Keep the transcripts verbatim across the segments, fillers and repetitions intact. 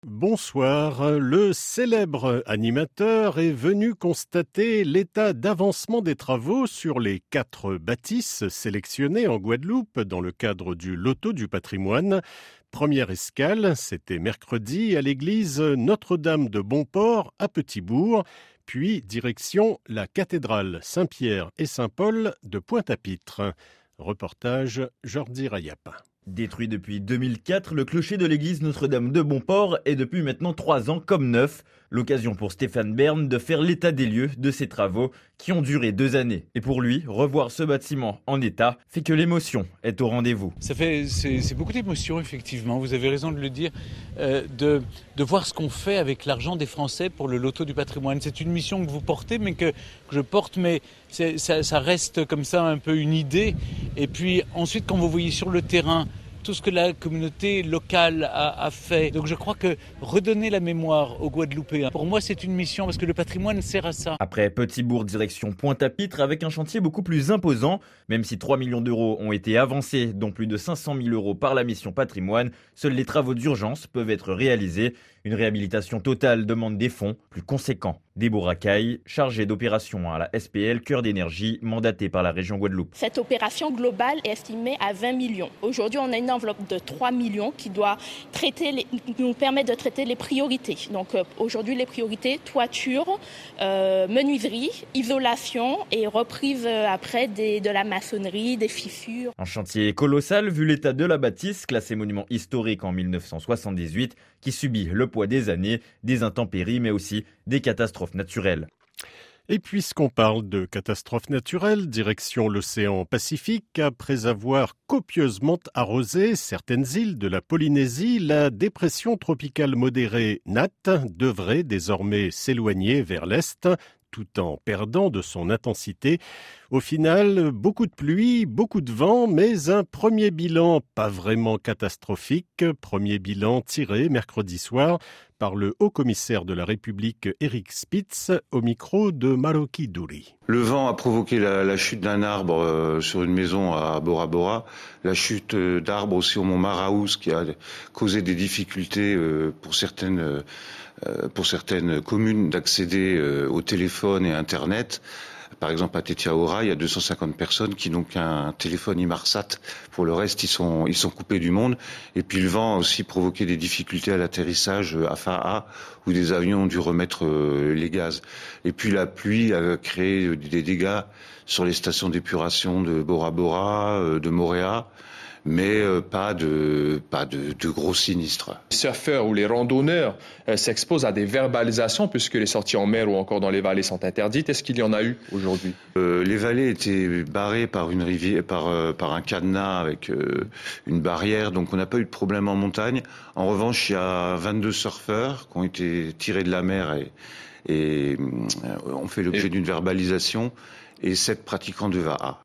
Bonsoir. Le célèbre animateur est venu constater l'état d'avancement des travaux sur les quatre bâtisses sélectionnées en Guadeloupe dans le cadre du Loto du patrimoine. Première escale, c'était mercredi à l'église Notre-Dame de Bonport à Petit-Bourg, puis direction la cathédrale Saint-Pierre et Saint-Paul de Pointe-à-Pitre. Reportage Jordi Rayapin. Détruit depuis deux mille quatre, le clocher de l'église Notre-Dame de Bonport est depuis maintenant trois ans comme neuf. L'occasion pour Stéphane Bern de faire l'état des lieux de ces travaux qui ont duré deux années. Et pour lui, revoir ce bâtiment en état fait que l'émotion est au rendez-vous. Ça fait, c'est, c'est beaucoup d'émotion, effectivement. Vous avez raison de le dire, euh, de, de voir ce qu'on fait avec l'argent des Français pour le Loto du patrimoine. C'est une mission que vous portez, mais que, que je porte, mais c'est, ça, ça reste comme ça un peu une idée. Et puis ensuite, quand vous voyez sur le terrain tout ce que la communauté locale a, a fait. Donc je crois que redonner la mémoire aux Guadeloupéens, pour moi c'est une mission parce que le patrimoine sert à ça. Après Petit-Bourg direction Pointe-à-Pitre avec un chantier beaucoup plus imposant, même si trois millions d'euros ont été avancés, dont plus de cinq cent mille euros par la mission patrimoine, seuls les travaux d'urgence peuvent être réalisés. Une réhabilitation totale demande des fonds plus conséquents. Déborah Caille, chargée d'opération à la S P L Cœur d'énergie, mandatée par la région Guadeloupe. Cette opération globale est estimée à vingt millions. Aujourd'hui, on a une enveloppe de trois millions qui doit traiter les, nous permettre de traiter les priorités. Donc euh, aujourd'hui, les priorités, toiture, euh, menuiserie, isolation et reprise euh, après des, de la maçonnerie, des fissures. Un chantier colossal vu l'état de la bâtisse, classée monument historique en mille neuf cent soixante-dix-huit, qui subit le poids des années, des intempéries, mais aussi des catastrophes naturelles. Et puisqu'on parle de catastrophes naturelles, direction l'océan Pacifique, après avoir copieusement arrosé certaines îles de la Polynésie, la dépression tropicale modérée Nat devrait désormais s'éloigner vers l'est, tout en perdant de son intensité. Au final, beaucoup de pluie, beaucoup de vent, mais un premier bilan pas vraiment catastrophique, premier bilan tiré mercredi soir par le haut-commissaire de la République Eric Spitz au micro de Maroki Douri. Le vent a provoqué la, la chute d'un arbre euh, sur une maison à Bora Bora, la chute euh, d'arbres aussi au mont Maraous qui a causé des difficultés euh, pour certaines euh, pour certaines communes d'accéder euh, au téléphone et à Internet. Par exemple, à Tetiaora, il y a deux cent cinquante personnes qui n'ont qu'un téléphone Inmarsat. Pour le reste, ils sont, ils sont coupés du monde. Et puis le vent a aussi provoqué des difficultés à l'atterrissage à Fa'a, où des avions ont dû remettre les gaz. Et puis la pluie a créé des dégâts sur les stations d'épuration de Bora Bora, de Moorea, mais pas de pas de, de gros sinistres. Les surfeurs ou les randonneurs euh, s'exposent à des verbalisations puisque les sorties en mer ou encore dans les vallées sont interdites. Est-ce qu'il y en a eu aujourd'hui ? euh, Les vallées étaient barrées par une rivière, par euh, par un cadenas avec euh, une barrière, donc on n'a pas eu de problème en montagne. En revanche, il y a vingt-deux surfeurs qui ont été tirés de la mer et et euh, ont fait l'objet et... d'une verbalisation et sept pratiquants de Va'a.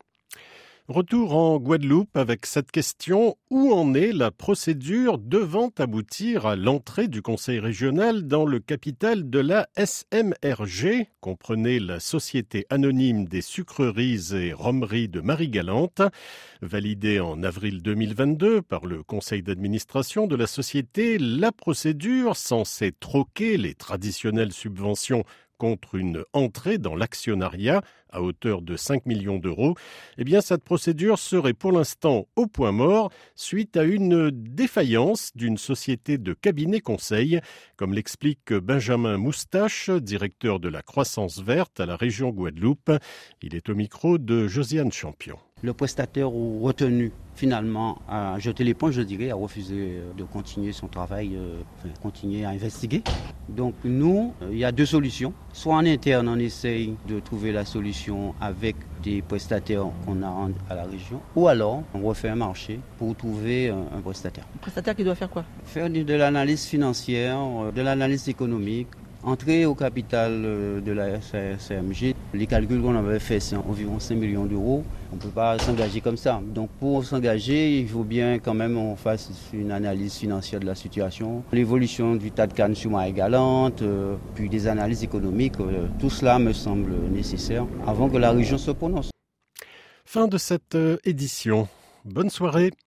Retour en Guadeloupe avec cette question. Où en est la procédure devant aboutir à l'entrée du conseil régional dans le capital de la S M R G, comprenez la Société anonyme des sucreries et romeries de Marie-Galante, validée en avril deux mille vingt-deux par le conseil d'administration de la société. La procédure, censée troquer les traditionnelles subventions contre une entrée dans l'actionnariat à hauteur de cinq millions d'euros, eh bien cette procédure serait pour l'instant au point mort suite à une défaillance d'une société de cabinet conseil, comme l'explique Benjamin Moustache, directeur de la croissance verte à la région Guadeloupe. Il est au micro de Josiane Champion. Le prestataire retenu finalement a jeté l'éponge, je dirais, a refusé de continuer son travail, euh, enfin, continuer à investiguer. Donc nous, euh, il y a deux solutions. Soit en interne, on essaye de trouver la solution avec des prestataires qu'on a à la région, ou alors on refait un marché pour trouver un, un prestataire. Un prestataire qui doit faire quoi ? Faire de, de l'analyse financière, de l'analyse économique, entrer au capital de la S M G. Les calculs qu'on avait faits, c'est environ cinq millions d'euros. On ne peut pas s'engager comme ça. Donc pour s'engager, il faut bien quand même qu'on fasse une analyse financière de la situation, l'évolution du tas de cannes sur Marie-Galante, euh, puis des analyses économiques. Euh, tout cela me semble nécessaire avant que la région se prononce. Fin de cette édition. Bonne soirée.